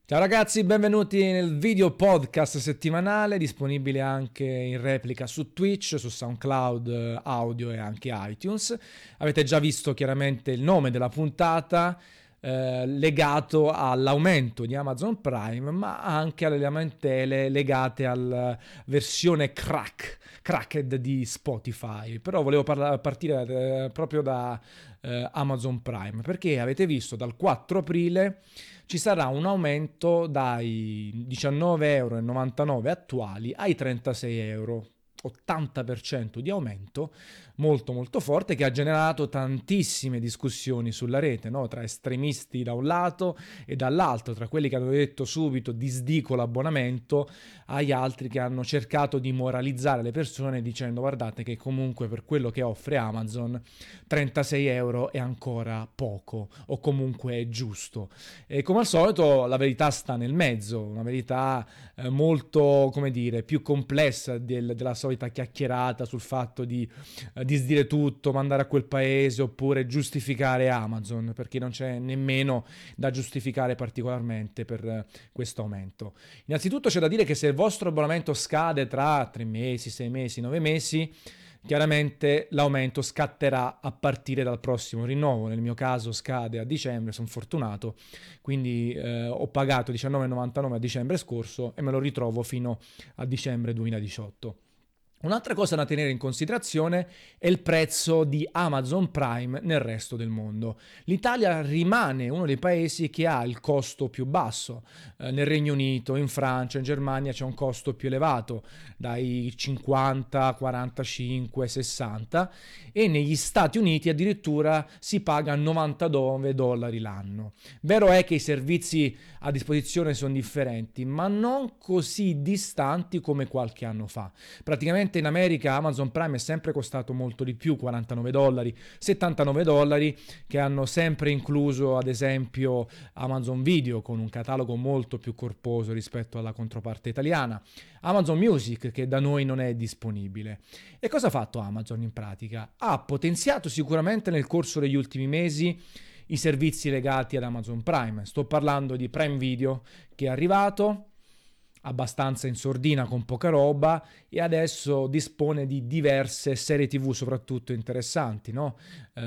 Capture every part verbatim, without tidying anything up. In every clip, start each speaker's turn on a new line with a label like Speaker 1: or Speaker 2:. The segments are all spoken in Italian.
Speaker 1: Ciao ragazzi, benvenuti nel video podcast settimanale, disponibile anche in replica su Twitch, su SoundCloud, eh, audio e anche iTunes. Avete già visto chiaramente il nome della puntata, eh, legato all'aumento di Amazon Prime, ma anche alle lamentele legate alla versione crack, cracked di Spotify. Però volevo parla- partire eh, proprio da eh, Amazon Prime, perché avete visto dal quattro aprile ci sarà un aumento dai diciannove virgola novantanove euro attuali ai trentasei euro. ottanta per cento di aumento, molto molto forte, che ha generato tantissime discussioni sulla rete, no? Tra estremisti da un lato e dall'altro, tra quelli che hanno detto subito disdico l'abbonamento, agli altri che hanno cercato di moralizzare le persone dicendo guardate che comunque per quello che offre Amazon trentasei euro è ancora poco o comunque è giusto. E come al solito la verità sta nel mezzo, una verità eh, molto, come dire, più complessa del, della solita chiacchierata sul fatto di uh, disdire tutto, mandare a quel paese oppure giustificare Amazon, perché non c'è nemmeno da giustificare particolarmente per uh, questo aumento. Innanzitutto c'è da dire che se il vostro abbonamento scade tra tre mesi, sei mesi, nove mesi, chiaramente l'aumento scatterà a partire dal prossimo rinnovo. Nel mio caso scade a dicembre, sono fortunato, quindi eh, ho pagato diciannove virgola novantanove a dicembre scorso e me lo ritrovo fino a dicembre duemiladiciotto. Un'altra cosa da tenere in considerazione è il prezzo di Amazon Prime nel resto del mondo. L'Italia rimane uno dei paesi che ha il costo più basso. Eh, nel Regno Unito, in Francia, in Germania c'è un costo più elevato, dai cinquanta, quarantacinque, sessanta, e negli Stati Uniti addirittura si paga novantanove dollari l'anno. Vero è che i servizi a disposizione sono differenti, ma non così distanti come qualche anno fa. Praticamente in America Amazon Prime è sempre costato molto di più, quarantanove dollari, settantanove dollari, che hanno sempre incluso ad esempio Amazon Video con un catalogo molto più corposo rispetto alla controparte italiana, Amazon Music che da noi non è disponibile. E cosa ha fatto Amazon in pratica? Ha potenziato sicuramente nel corso degli ultimi mesi i servizi legati ad Amazon Prime. Sto parlando di Prime Video che è arrivato abbastanza in sordina con poca roba e adesso dispone di diverse serie tv soprattutto interessanti, no?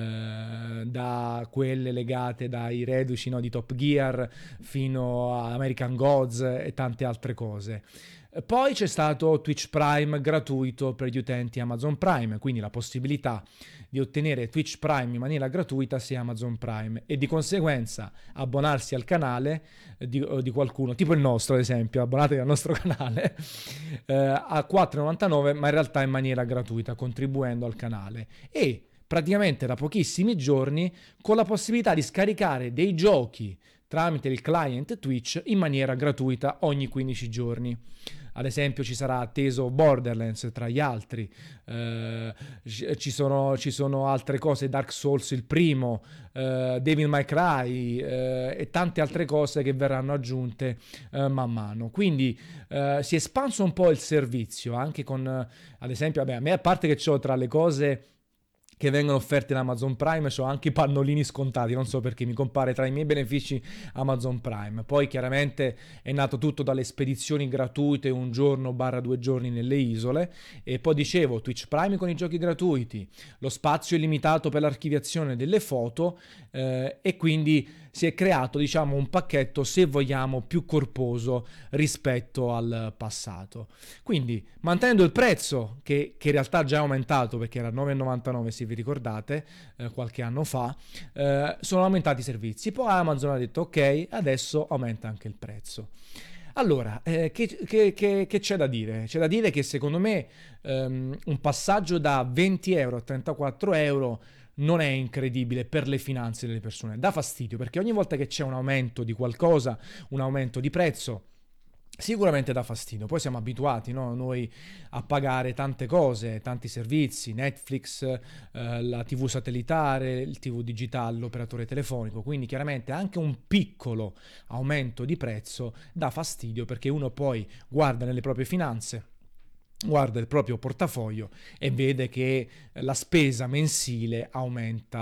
Speaker 1: Eh, da quelle legate dai reduci, no, di Top Gear fino a American Gods e tante altre cose. Poi c'è stato Twitch Prime gratuito per gli utenti Amazon Prime, quindi la possibilità di ottenere Twitch Prime in maniera gratuita se Amazon Prime e di conseguenza abbonarsi al canale di, di qualcuno, tipo il nostro ad esempio, abbonatevi al nostro canale eh, a quattro virgola novantanove ma in realtà in maniera gratuita, contribuendo al canale. E praticamente da pochissimi giorni con la possibilità di scaricare dei giochi tramite il client Twitch in maniera gratuita ogni quindici giorni. Ad esempio ci sarà atteso Borderlands tra gli altri, eh, ci, sono, ci sono altre cose, Dark Souls il primo, eh, Devil May Cry eh, e tante altre cose che verranno aggiunte eh, man mano. Quindi eh, si è espanso un po' il servizio, anche con, eh, ad esempio, vabbè, a me a parte che ho tra le cose che vengono offerte da Amazon Prime, c'ho anche i pannolini scontati, non so perché mi compare tra i miei benefici Amazon Prime. Poi chiaramente è nato tutto dalle spedizioni gratuite un giorno barra due giorni nelle isole, e poi dicevo Twitch Prime con i giochi gratuiti, lo spazio illimitato per l'archiviazione delle foto eh, e quindi si è creato, diciamo, un pacchetto, se vogliamo, più corposo rispetto al passato. Quindi mantenendo il prezzo che, che in realtà già è aumentato perché era nove virgola novantanove, se vi ricordate, eh, qualche anno fa, eh, sono aumentati i servizi. Poi Amazon ha detto ok, adesso aumenta anche il prezzo. Allora, eh, che, che, che, che c'è da dire? C'è da dire che secondo me ehm, un passaggio da venti euro a trentaquattro euro non è incredibile per le finanze delle persone. Dà fastidio perché ogni volta che c'è un aumento di qualcosa, un aumento di prezzo, sicuramente dà fastidio. Poi siamo abituati, no? Noi a pagare tante cose, tanti servizi, Netflix, eh, la tivù satellitare, il tivù digitale, l'operatore telefonico, quindi chiaramente anche un piccolo aumento di prezzo dà fastidio perché uno poi guarda nelle proprie finanze, guarda il proprio portafoglio e vede che la spesa mensile aumenta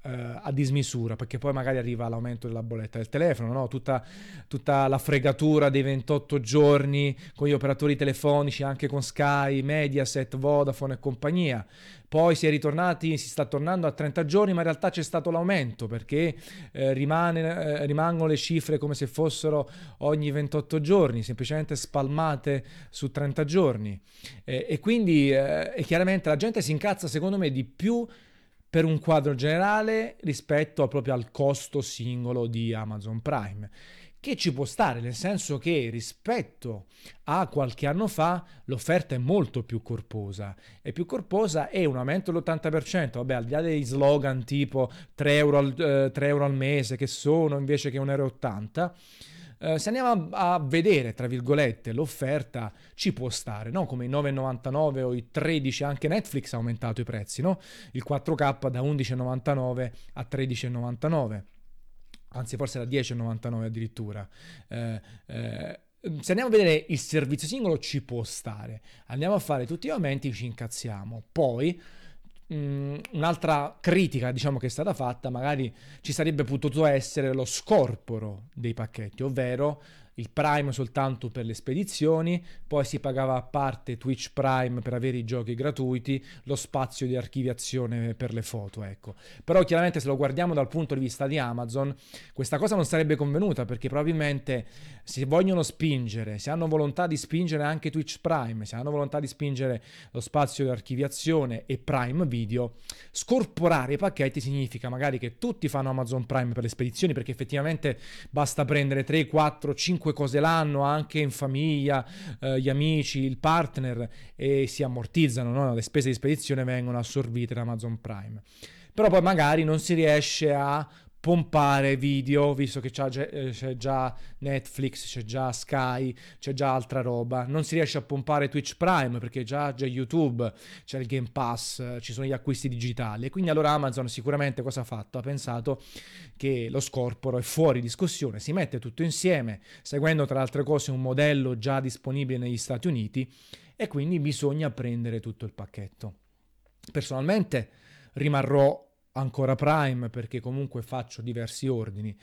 Speaker 1: eh, a dismisura, perché poi magari arriva l'aumento della bolletta del telefono, no? Tutta, tutta la fregatura dei ventotto giorni con gli operatori telefonici, anche con Sky, Mediaset, Vodafone e compagnia. Poi si è ritornati, si sta tornando a trenta giorni, ma in realtà c'è stato l'aumento perché eh, rimane, eh, rimangono le cifre come se fossero ogni ventotto giorni, semplicemente spalmate su trenta giorni. Eh, e quindi eh, e chiaramente la gente si incazza, secondo me, di più per un quadro generale rispetto a, proprio al costo singolo di Amazon Prime, che ci può stare, nel senso che rispetto a qualche anno fa l'offerta è molto più corposa, è più corposa e un aumento dell'ottanta per cento, vabbè, al di là dei slogan tipo tre euro al, eh, tre euro al mese, che sono invece che un euro e ottanta, eh, se andiamo a, a vedere, tra virgolette, l'offerta ci può stare, no? Come i nove e novantanove o i tredici, anche Netflix ha aumentato i prezzi, no? Il quattro K da undici e novantanove a tredici e novantanove, anzi forse da dieci e novantanove addirittura. Eh, eh, se andiamo a vedere il servizio singolo ci può stare, andiamo a fare tutti gli aumenti, ci incazziamo. Poi mh, un'altra critica, diciamo, che è stata fatta, magari ci sarebbe potuto essere lo scorporo dei pacchetti, ovvero il Prime soltanto per le spedizioni, poi si pagava a parte Twitch Prime per avere i giochi gratuiti, lo spazio di archiviazione per le foto, ecco. Però chiaramente se lo guardiamo dal punto di vista di Amazon, questa cosa non sarebbe convenuta, perché probabilmente se vogliono spingere, se hanno volontà di spingere anche Twitch Prime, se hanno volontà di spingere lo spazio di archiviazione e Prime Video, scorporare i pacchetti significa magari che tutti fanno Amazon Prime per le spedizioni, perché effettivamente basta prendere tre, quattro, cinque cose l'anno, anche in famiglia, eh, gli amici, il partner, e si ammortizzano, no? Le spese di spedizione vengono assorbite da Amazon Prime. Però poi magari non si riesce a pompare video, visto che c'è già, c'è già Netflix, c'è già Sky, c'è già altra roba. Non si riesce a pompare Twitch Prime perché già c'è YouTube, c'è il Game Pass, ci sono gli acquisti digitali. E quindi allora Amazon sicuramente cosa ha fatto? Ha pensato che lo scorporo è fuori discussione, si mette tutto insieme, seguendo tra le altre cose un modello già disponibile negli Stati Uniti, e quindi bisogna prendere tutto il pacchetto. Personalmente rimarrò ancora Prime perché comunque faccio diversi ordini.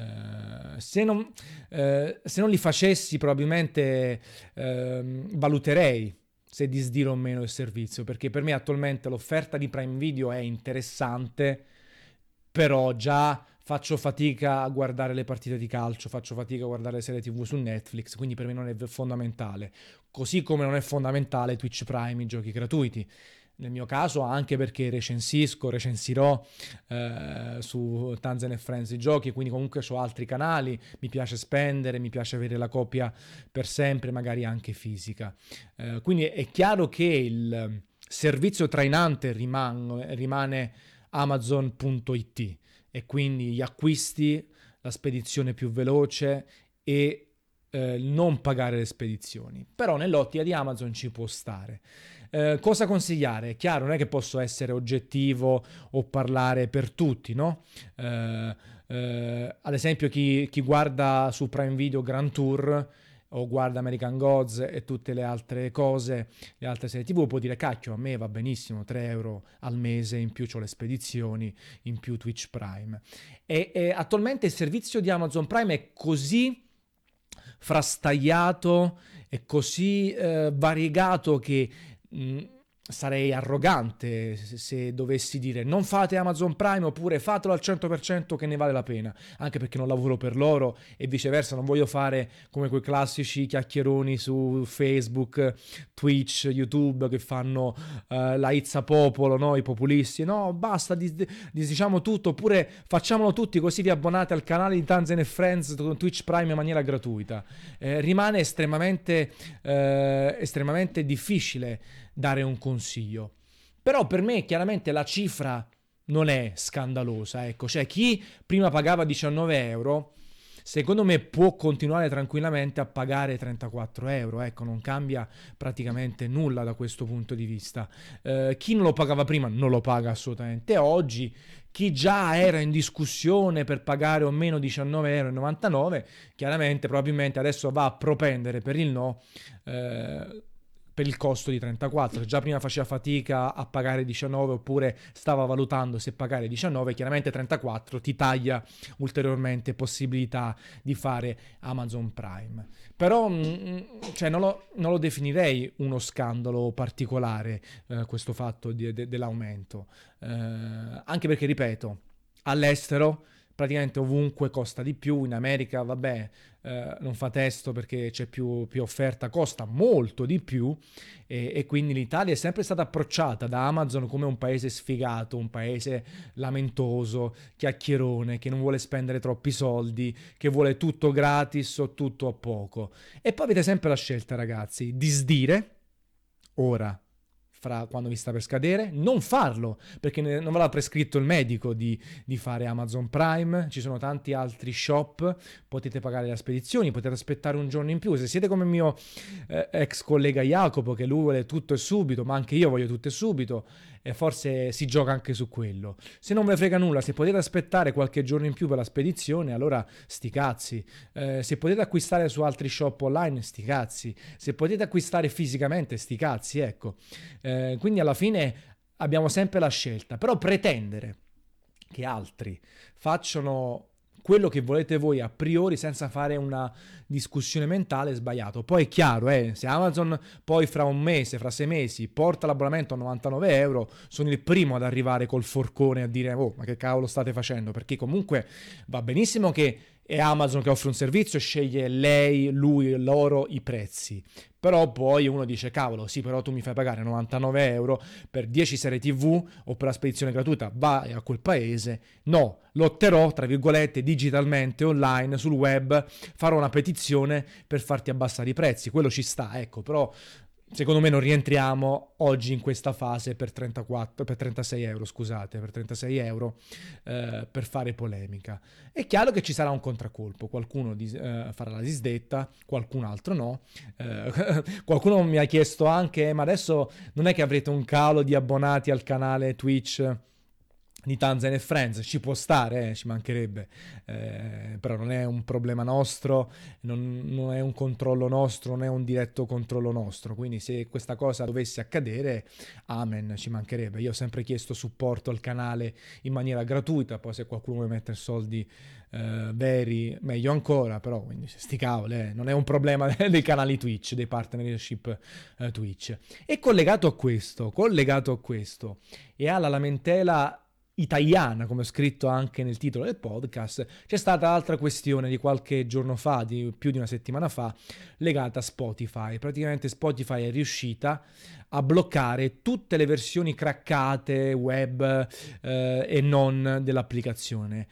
Speaker 1: Eh, se, non, eh, se non li facessi probabilmente eh, valuterei se disdire o meno il servizio, perché per me attualmente l'offerta di Prime Video è interessante, però già faccio fatica a guardare le partite di calcio, faccio fatica a guardare le serie tv su Netflix, quindi per me non è fondamentale. Così come non è fondamentale Twitch Prime, i giochi gratuiti. Nel mio caso anche perché recensisco, recensirò eh, su Tanzan and Friends i giochi, quindi comunque ho altri canali, mi piace spendere, mi piace avere la copia per sempre, magari anche fisica. Eh, quindi è chiaro che il servizio trainante rimane, rimane Amazon punto it, e quindi gli acquisti, la spedizione più veloce e eh, non pagare le spedizioni. Però nell'ottica di Amazon ci può stare. Eh, cosa consigliare? È chiaro, non è che posso essere oggettivo o parlare per tutti, no? Eh, eh, ad esempio chi, chi guarda su Prime Video Grand Tour o guarda American Gods e tutte le altre cose, le altre serie tv, può dire cacchio, a me va benissimo, tre euro al mese, in più c'ho le spedizioni, in più Twitch Prime. E, e attualmente il servizio di Amazon Prime è così frastagliato, è così eh, variegato che mh, sarei arrogante se, se dovessi dire non fate Amazon Prime, oppure fatelo al cento per cento che ne vale la pena, anche perché non lavoro per loro e viceversa, non voglio fare come quei classici chiacchieroni su Facebook, Twitch, YouTube che fanno uh, la izza popolo, no? I populisti, no, basta, dis- dis- diciamo tutto, oppure facciamolo tutti così vi abbonate al canale di Tanzan and Friends con Twitch Prime in maniera gratuita. Eh, rimane estremamente, eh, estremamente difficile dare un consiglio. Però per me chiaramente la cifra non è scandalosa, ecco, cioè chi prima pagava diciannove euro secondo me può continuare tranquillamente a pagare trentaquattro euro, ecco, non cambia praticamente nulla da questo punto di vista. Eh, chi non lo pagava prima non lo paga assolutamente oggi, chi già era in discussione per pagare o meno diciannove e novantanove euro chiaramente probabilmente adesso va a propendere per il no, eh, per il costo di trentaquattro. Se già prima faceva fatica a pagare diciannove oppure stava valutando se pagare diciannove, chiaramente trentaquattro ti taglia ulteriormente possibilità di fare Amazon Prime. Però mh, cioè non, lo, non lo definirei uno scandalo particolare, eh, questo fatto di, de, dell'aumento, eh, anche perché, ripeto, all'estero praticamente ovunque costa di più. In America, vabbè, eh, non fa testo perché c'è più, più offerta, costa molto di più, e, e quindi l'Italia è sempre stata approcciata da Amazon come un paese sfigato, un paese lamentoso, chiacchierone, che non vuole spendere troppi soldi, che vuole tutto gratis o tutto a poco. E poi avete sempre la scelta, ragazzi, di sdire ora, fra quando vi sta per scadere, non farlo, perché non ve l'ha prescritto il medico di, di fare Amazon Prime. Ci sono tanti altri shop, potete pagare le spedizioni, potete aspettare un giorno in più. Se siete come il mio eh, ex collega Jacopo, che lui vuole tutto e subito, ma anche io voglio tutto e subito, e forse si gioca anche su quello. Se non ve ne frega nulla, se potete aspettare qualche giorno in più per la spedizione, allora sti cazzi. Eh, se potete acquistare su altri shop online, sti cazzi. Se potete acquistare fisicamente, sti cazzi, ecco. Eh, quindi alla fine abbiamo sempre la scelta, però pretendere che altri facciano quello che volete voi a priori senza fare una discussione mentale è sbagliato. Poi è chiaro, eh, se Amazon poi fra un mese, fra sei mesi porta l'abbonamento a novantanove euro, sono il primo ad arrivare col forcone a dire oh, ma che cavolo state facendo? Perché comunque va benissimo che è Amazon che offre un servizio e sceglie lei, lui, loro i prezzi. Però poi uno dice cavolo, sì, però tu mi fai pagare novantanove euro per dieci serie tivù o per la spedizione gratuita, vai a quel paese. No, lotterò, tra virgolette, digitalmente, online, sul web, farò una petizione per farti abbassare i prezzi. Quello ci sta, ecco, però secondo me non rientriamo oggi in questa fase per trentaquattro, per trentasei euro, scusate, per trentasei euro eh, per fare polemica. È chiaro che ci sarà un contraccolpo, qualcuno dis- eh, farà la disdetta, qualcun altro no. Eh, qualcuno mi ha chiesto anche, ma adesso non è che avrete un calo di abbonati al canale Twitch di Tanzan e Friends? Ci può stare, eh, ci mancherebbe, eh, però non è un problema nostro, non, non è un controllo nostro, non è un diretto controllo nostro, quindi se questa cosa dovesse accadere, amen, ci mancherebbe. Io ho sempre chiesto supporto al canale in maniera gratuita, poi se qualcuno vuole mettere soldi eh, veri, meglio ancora, però quindi sti cavoli, eh, non è un problema dei canali Twitch, dei partnership eh, Twitch. E collegato a questo, collegato a questo, e alla lamentela italiana, come ho scritto anche nel titolo del podcast, c'è stata altra questione di qualche giorno fa, di più di una settimana fa, legata a Spotify. Praticamente Spotify è riuscita a bloccare tutte le versioni craccate web eh, e non dell'applicazione,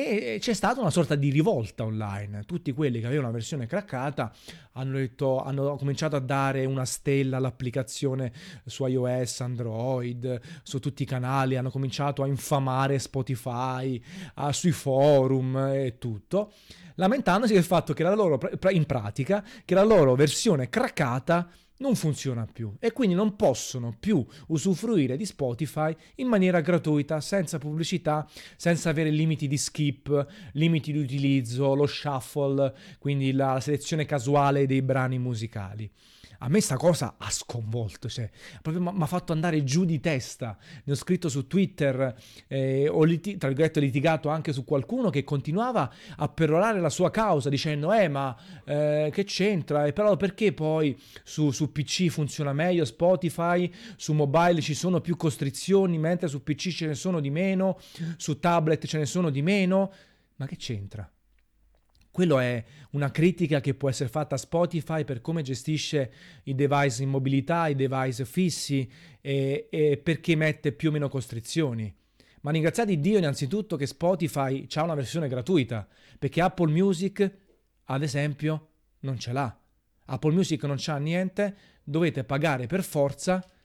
Speaker 1: e c'è stata una sorta di rivolta online. Tutti quelli che avevano una versione craccata hanno detto, hanno cominciato a dare una stella all'applicazione su iOS, Android, su tutti i canali, hanno cominciato a infamare Spotify, a, sui forum e tutto, lamentandosi del fatto che la loro, in pratica, che la loro versione craccata non funziona più, e quindi non possono più usufruire di Spotify in maniera gratuita, senza pubblicità, senza avere limiti di skip, limiti di utilizzo, lo shuffle, quindi la selezione casuale dei brani musicali. A me sta cosa ha sconvolto, cioè, proprio mi ha fatto andare giù di testa. Ne ho scritto su Twitter, eh, ho liti- tra virgolette litigato anche su qualcuno che continuava a perorare la sua causa dicendo eh ma eh, che c'entra, e però perché poi su, su P C funziona meglio Spotify, su mobile ci sono più costrizioni mentre su P C ce ne sono di meno, su tablet ce ne sono di meno. Ma che c'entra? Quello è una critica che può essere fatta a Spotify per come gestisce i device in mobilità, i device fissi, e, e perché mette più o meno costrizioni. Ma ringraziati Dio innanzitutto che Spotify ha una versione gratuita, perché Apple Music, ad esempio, non ce l'ha. Apple Music non c'ha niente, dovete pagare per forza,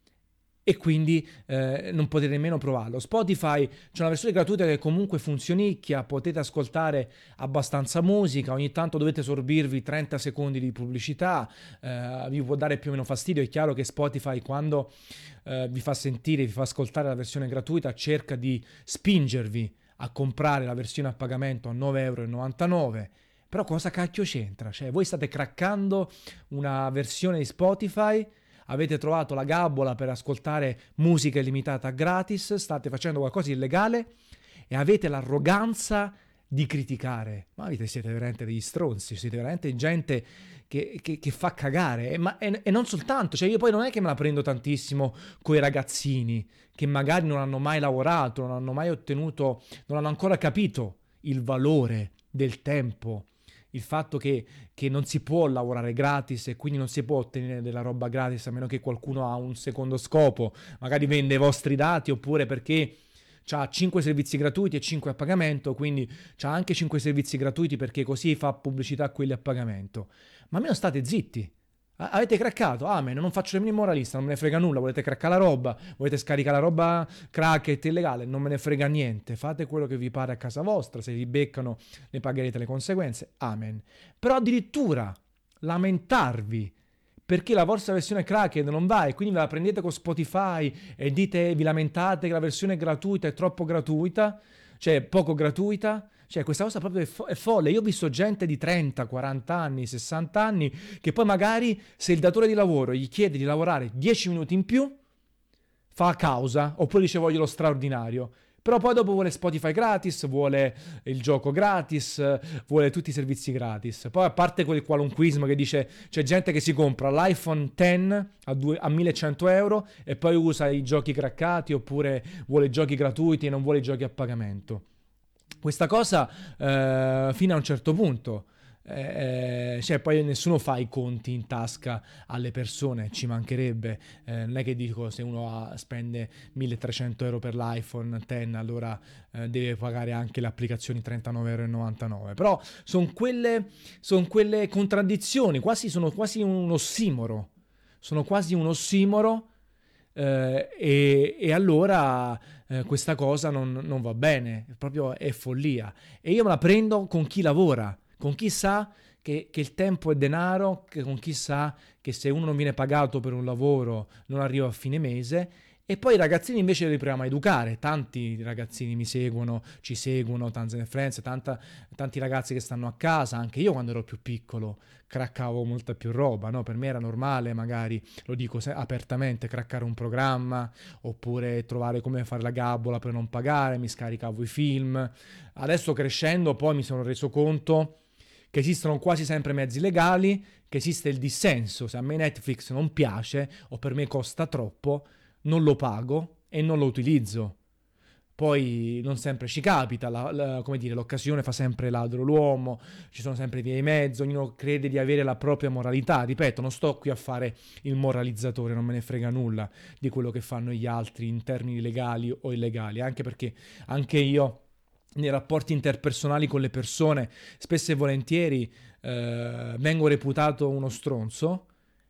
Speaker 1: e quindi eh, non potete nemmeno provarlo. Spotify c'è una versione gratuita che comunque funzionicchia, potete ascoltare abbastanza musica, ogni tanto dovete sorbirvi trenta secondi di pubblicità, eh, vi può dare più o meno fastidio. È chiaro che Spotify, quando eh, vi fa sentire, vi fa ascoltare la versione gratuita, cerca di spingervi a comprare la versione a pagamento a nove virgola novantanove euro. Però cosa cacchio c'entra? Cioè, voi state craccando una versione di Spotify avete trovato la gabola per ascoltare musica illimitata gratis, state facendo qualcosa di illegale e avete l'arroganza di criticare. Ma avete, siete veramente degli stronzi, siete veramente gente che, che, che fa cagare. E, ma, e, e non soltanto, cioè io poi non è che me la prendo tantissimo coi ragazzini che magari non hanno mai lavorato, non hanno mai ottenuto, non hanno ancora capito il valore del tempo, il fatto che, che non si può lavorare gratis e quindi non si può ottenere della roba gratis a meno che qualcuno ha un secondo scopo, magari vende i vostri dati oppure perché c'ha cinque servizi gratuiti e cinque a pagamento, quindi c'ha anche cinque servizi gratuiti perché così fa pubblicità a quelli a pagamento. Ma almeno state zitti. Avete craccato? Amen, non faccio nemmeno il moralista, non me ne frega nulla, volete craccare la roba, volete scaricare la roba cracket illegale, non me ne frega niente, fate quello che vi pare a casa vostra, se vi beccano ne pagherete le conseguenze, amen. Però addirittura lamentarvi perché la vostra versione cracked non va e quindi ve la prendete con Spotify e dite, vi lamentate che la versione gratuita è troppo gratuita, cioè poco gratuita. Cioè questa cosa proprio è, fo- è folle. Io ho visto gente di trenta, quaranta anni, sessanta anni che poi magari se il datore di lavoro gli chiede di lavorare dieci minuti in più fa a causa, oppure dice voglio lo straordinario. Però poi dopo vuole Spotify gratis, vuole il gioco gratis, vuole tutti i servizi gratis. Poi a parte quel qualunquismo che dice c'è gente che si compra l'iPhone X a, due, a millecento euro e poi usa i giochi craccati oppure vuole giochi gratuiti e non vuole i giochi a pagamento. Questa cosa eh, fino a un certo punto, eh, cioè poi nessuno fa i conti in tasca alle persone, ci mancherebbe, eh, non è che dico se uno ha, spende milletrecento euro per l'iPhone X allora eh, deve pagare anche le applicazioni trentanove virgola novantanove euro, però sono quelle, son quelle contraddizioni, quasi, sono quasi un ossimoro, sono quasi un ossimoro. Uh, e, e allora uh, questa cosa non, non va bene, proprio è follia. E io me la prendo con chi lavora, con chi sa che, che il tempo è denaro, che con chi sa che se uno non viene pagato per un lavoro non arriva a fine mese. E poi i ragazzini invece li proviamo a educare, tanti ragazzini mi seguono, ci seguono, tante friends, tanta, tanti ragazzi che stanno a casa, anche io quando ero più piccolo craccavo molta più roba, no? Per me era normale magari, lo dico se- apertamente, craccare un programma, oppure trovare come fare la gabola per non pagare, mi scaricavo i film. Adesso crescendo poi mi sono reso conto che esistono quasi sempre mezzi legali, che esiste il dissenso, se a me Netflix non piace o per me costa troppo, non lo pago e non lo utilizzo. Poi non sempre ci capita, la, la, come dire, l'occasione fa sempre ladro l'uomo, ci sono sempre vie di mezzo, ognuno crede di avere la propria moralità. Ripeto, non sto qui a fare il moralizzatore, non me ne frega nulla di quello che fanno gli altri in termini legali o illegali, anche perché anche io nei rapporti interpersonali con le persone spesso e volentieri eh, vengo reputato uno stronzo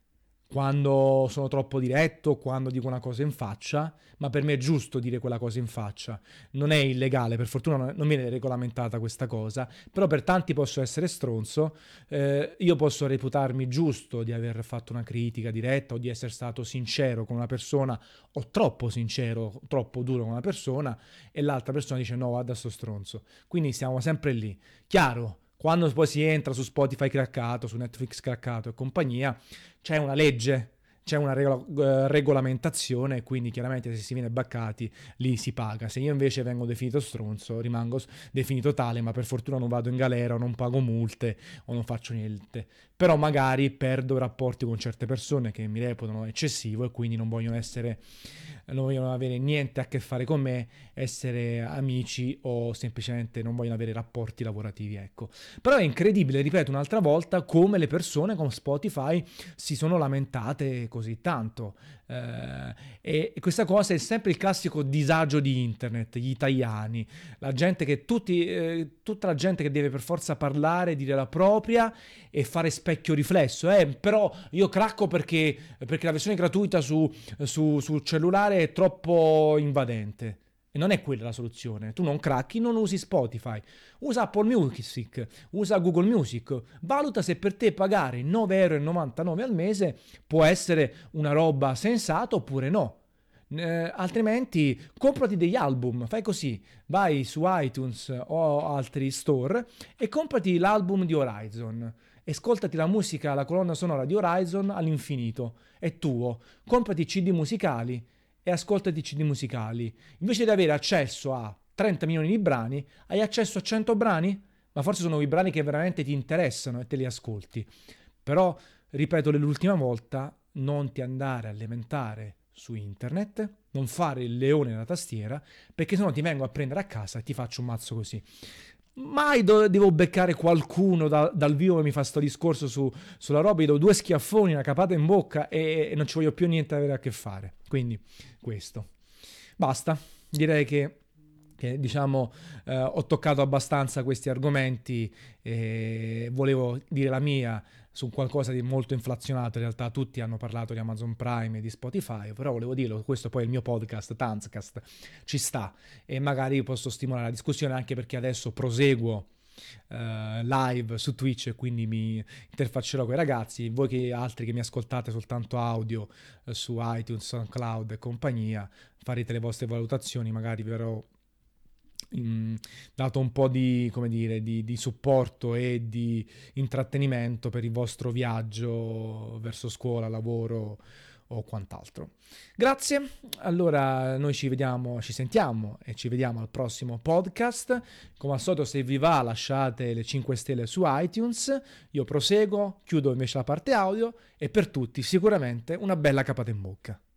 Speaker 1: quando sono troppo diretto, quando dico una cosa in faccia, ma per me è giusto dire quella cosa in faccia. Non è illegale, per fortuna non viene regolamentata questa cosa, però per tanti posso essere stronzo, eh, io posso reputarmi giusto di aver fatto una critica diretta o di essere stato sincero con una persona o troppo sincero, troppo duro con una persona e l'altra persona dice no, guarda sto stronzo. Quindi siamo sempre lì. Chiaro, quando poi si entra su Spotify craccato, su Netflix craccato e compagnia, c'è una legge, c'è una regola, eh, regolamentazione, quindi chiaramente se si viene baccati lì si paga. Se io invece vengo definito stronzo, rimango definito tale, ma per fortuna non vado in galera o non pago multe o non faccio niente. Però magari perdo rapporti con certe persone che mi reputano eccessivo e quindi non vogliono essere, non vogliono avere niente a che fare con me, essere amici o semplicemente non vogliono avere rapporti lavorativi, ecco. Però è incredibile, ripeto un'altra volta, come le persone con Spotify si sono lamentate così tanto. Eh, e questa cosa è sempre il classico disagio di internet, gli italiani, la gente che tutti, eh, tutta la gente che deve per forza parlare, dire la propria e fare specchio riflesso. Eh, però io cracco perché, perché la versione gratuita su, su, sul cellulare è troppo invadente. E non è quella la soluzione. Tu non cracchi, non usi Spotify. Usa Apple Music, usa Google Music. Valuta se per te pagare nove virgola novantanove euro al mese può essere una roba sensata oppure no. Eh, altrimenti comprati degli album, fai così, vai su iTunes o altri store e comprati l'album di Horizon ascoltati la musica, la colonna sonora di Horizon all'infinito, è tuo. Comprati C D musicali e ascoltati C D musicali. Invece di avere accesso a trenta milioni di brani, hai accesso a cento brani? Ma forse sono i brani che veramente ti interessano e te li ascolti. Però, ripeto l'ultima volta, non ti andare a lamentare su internet, non fare il leone nella tastiera, perché sennò ti vengo a prendere a casa e ti faccio un mazzo così. Mai do- devo beccare qualcuno da- dal vivo che mi fa sto discorso su- sulla roba, gli do due schiaffoni, una capata in bocca e, e non ci voglio più niente avere a che fare. Quindi, questo. Basta, direi che che diciamo eh, ho toccato abbastanza questi argomenti e volevo dire la mia su qualcosa di molto inflazionato. In realtà tutti hanno parlato di Amazon Prime e di Spotify, però volevo dirlo, questo poi è il mio podcast, Tanzcast, ci sta e magari posso stimolare la discussione, anche perché adesso proseguo Uh, live su Twitch e quindi mi interfaccerò con i ragazzi. Voi che altri che mi ascoltate soltanto audio uh, su iTunes, SoundCloud e compagnia, farete le vostre valutazioni, magari verrò in, dato un po' di, come dire, di, di supporto e di intrattenimento per il vostro viaggio verso scuola, lavoro o quant'altro. Grazie, allora noi ci vediamo, ci sentiamo e ci vediamo al prossimo podcast. Come al solito, se vi va lasciate le cinque stelle su iTunes, io proseguo, chiudo invece la parte audio e per tutti sicuramente una bella capata in bocca.